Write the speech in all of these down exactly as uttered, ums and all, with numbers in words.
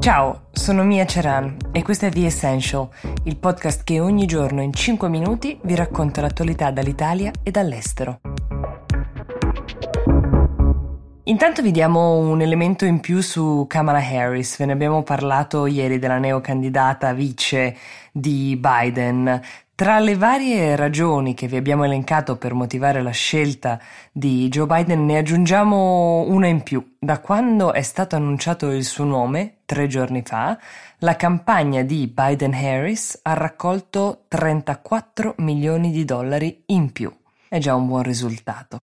Ciao, sono Mia Ceran e questo è The Essential, il podcast che ogni giorno in cinque minuti vi racconta l'attualità dall'Italia e dall'estero. Intanto vi diamo un elemento in più su Kamala Harris. Ve ne abbiamo parlato ieri della neocandidata vice di Biden. Tra le varie ragioni che vi abbiamo elencato per motivare la scelta di Joe Biden ne aggiungiamo una in più. Da quando è stato annunciato il suo nome, tre giorni fa, la campagna di Biden-Harris ha raccolto trentaquattro milioni di dollari in più. È già un buon risultato.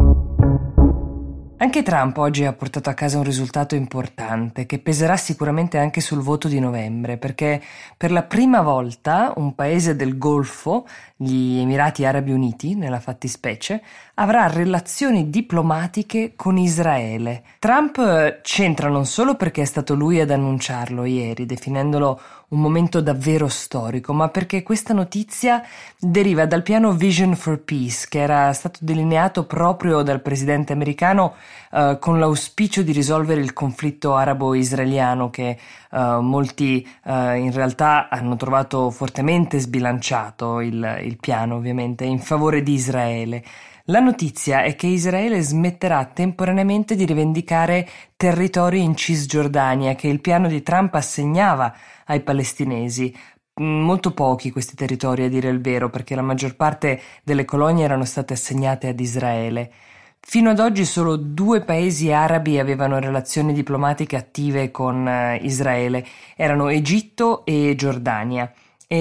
Anche Trump oggi ha portato a casa un risultato importante che peserà sicuramente anche sul voto di novembre, perché per la prima volta un paese del Golfo, gli Emirati Arabi Uniti nella fattispecie, avrà relazioni diplomatiche con Israele. Trump c'entra non solo perché è stato lui ad annunciarlo ieri, definendolo un momento davvero storico, ma perché questa notizia deriva dal piano Vision for Peace, che era stato delineato proprio dal presidente americano eh, con l'auspicio di risolvere il conflitto arabo-israeliano che eh, molti eh, in realtà hanno trovato fortemente sbilanciato il, il piano, ovviamente, in favore di Israele. La notizia è che Israele smetterà temporaneamente di rivendicare territori in Cisgiordania che il piano di Trump assegnava ai palestinesi. Molto pochi questi territori, a dire il vero, perché la maggior parte delle colonie erano state assegnate ad Israele. Fino ad oggi solo due paesi arabi avevano relazioni diplomatiche attive con Israele, erano Egitto e Giordania.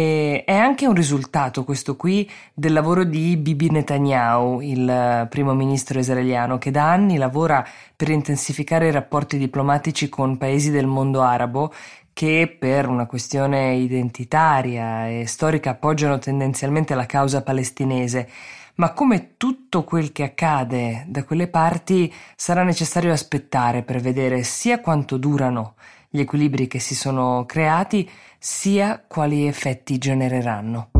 E è anche un risultato, questo qui, del lavoro di Bibi Netanyahu, il primo ministro israeliano, che da anni lavora per intensificare i rapporti diplomatici con paesi del mondo arabo che per una questione identitaria e storica appoggiano tendenzialmente la causa palestinese. Ma come tutto quel che accade da quelle parti, sarà necessario aspettare per vedere sia quanto durano gli equilibri che si sono creati, sia quali effetti genereranno.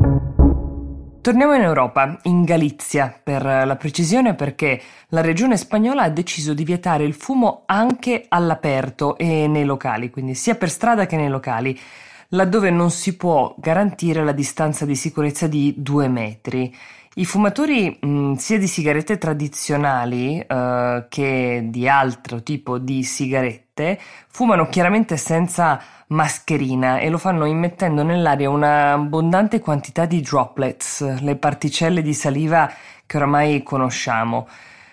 Torniamo in Europa, in Galizia per la precisione, perché la regione spagnola ha deciso di vietare il fumo anche all'aperto e nei locali, quindi sia per strada che nei locali, laddove non si può garantire la distanza di sicurezza di due metri. I fumatori mh, sia di sigarette tradizionali eh, che di altro tipo di sigarette fumano chiaramente senza mascherina e lo fanno immettendo nell'aria una abbondante quantità di droplets, le particelle di saliva che oramai conosciamo.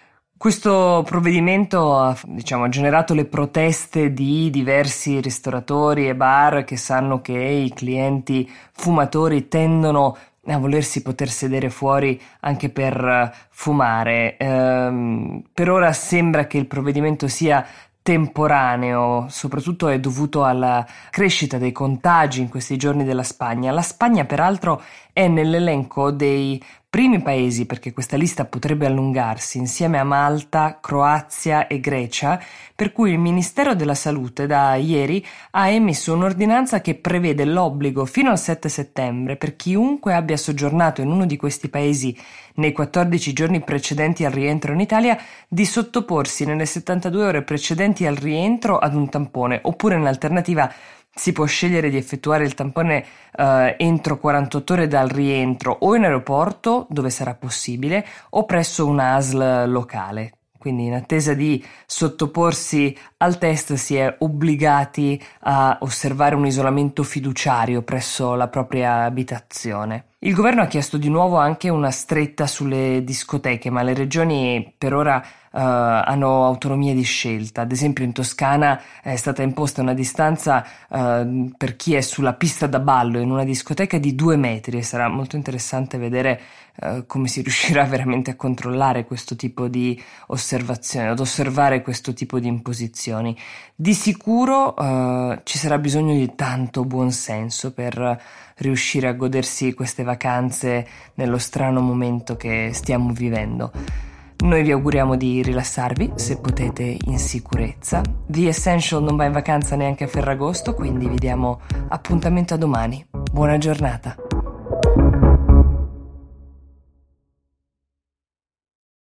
Questo provvedimento ha, diciamo, generato le proteste di diversi ristoratori e bar che sanno che i clienti fumatori tendono a volersi poter sedere fuori anche per fumare. Ehm, per ora sembra che il provvedimento sia temporaneo, soprattutto è dovuto alla crescita dei contagi in questi giorni della Spagna. La Spagna, peraltro, è nell'elenco dei primi paesi, perché questa lista potrebbe allungarsi, insieme a Malta, Croazia e Grecia, per cui il Ministero della Salute da ieri ha emesso un'ordinanza che prevede l'obbligo fino al sette settembre per chiunque abbia soggiornato in uno di questi paesi nei quattordici giorni precedenti al rientro in Italia di sottoporsi nelle settantadue ore precedenti al rientro ad un tampone, oppure in alternativa si può scegliere di effettuare il tampone eh, entro quarantotto ore dal rientro o in aeroporto, dove sarà possibile, o presso una A S L locale. Quindi in attesa di sottoporsi al test si è obbligati a osservare un isolamento fiduciario presso la propria abitazione. Il governo ha chiesto di nuovo anche una stretta sulle discoteche, ma le regioni per ora Uh, hanno autonomia di scelta. Ad esempio in Toscana è stata imposta una distanza uh, per chi è sulla pista da ballo in una discoteca di due metri e sarà molto interessante vedere uh, come si riuscirà veramente a controllare questo tipo di osservazioni, ad osservare questo tipo di imposizioni. Di sicuro uh, ci sarà bisogno di tanto buonsenso per riuscire a godersi queste vacanze nello strano momento che stiamo vivendo. Noi vi auguriamo di rilassarvi, se potete, in sicurezza. The Essential non va in vacanza neanche a Ferragosto, quindi vi diamo appuntamento a domani. Buona giornata.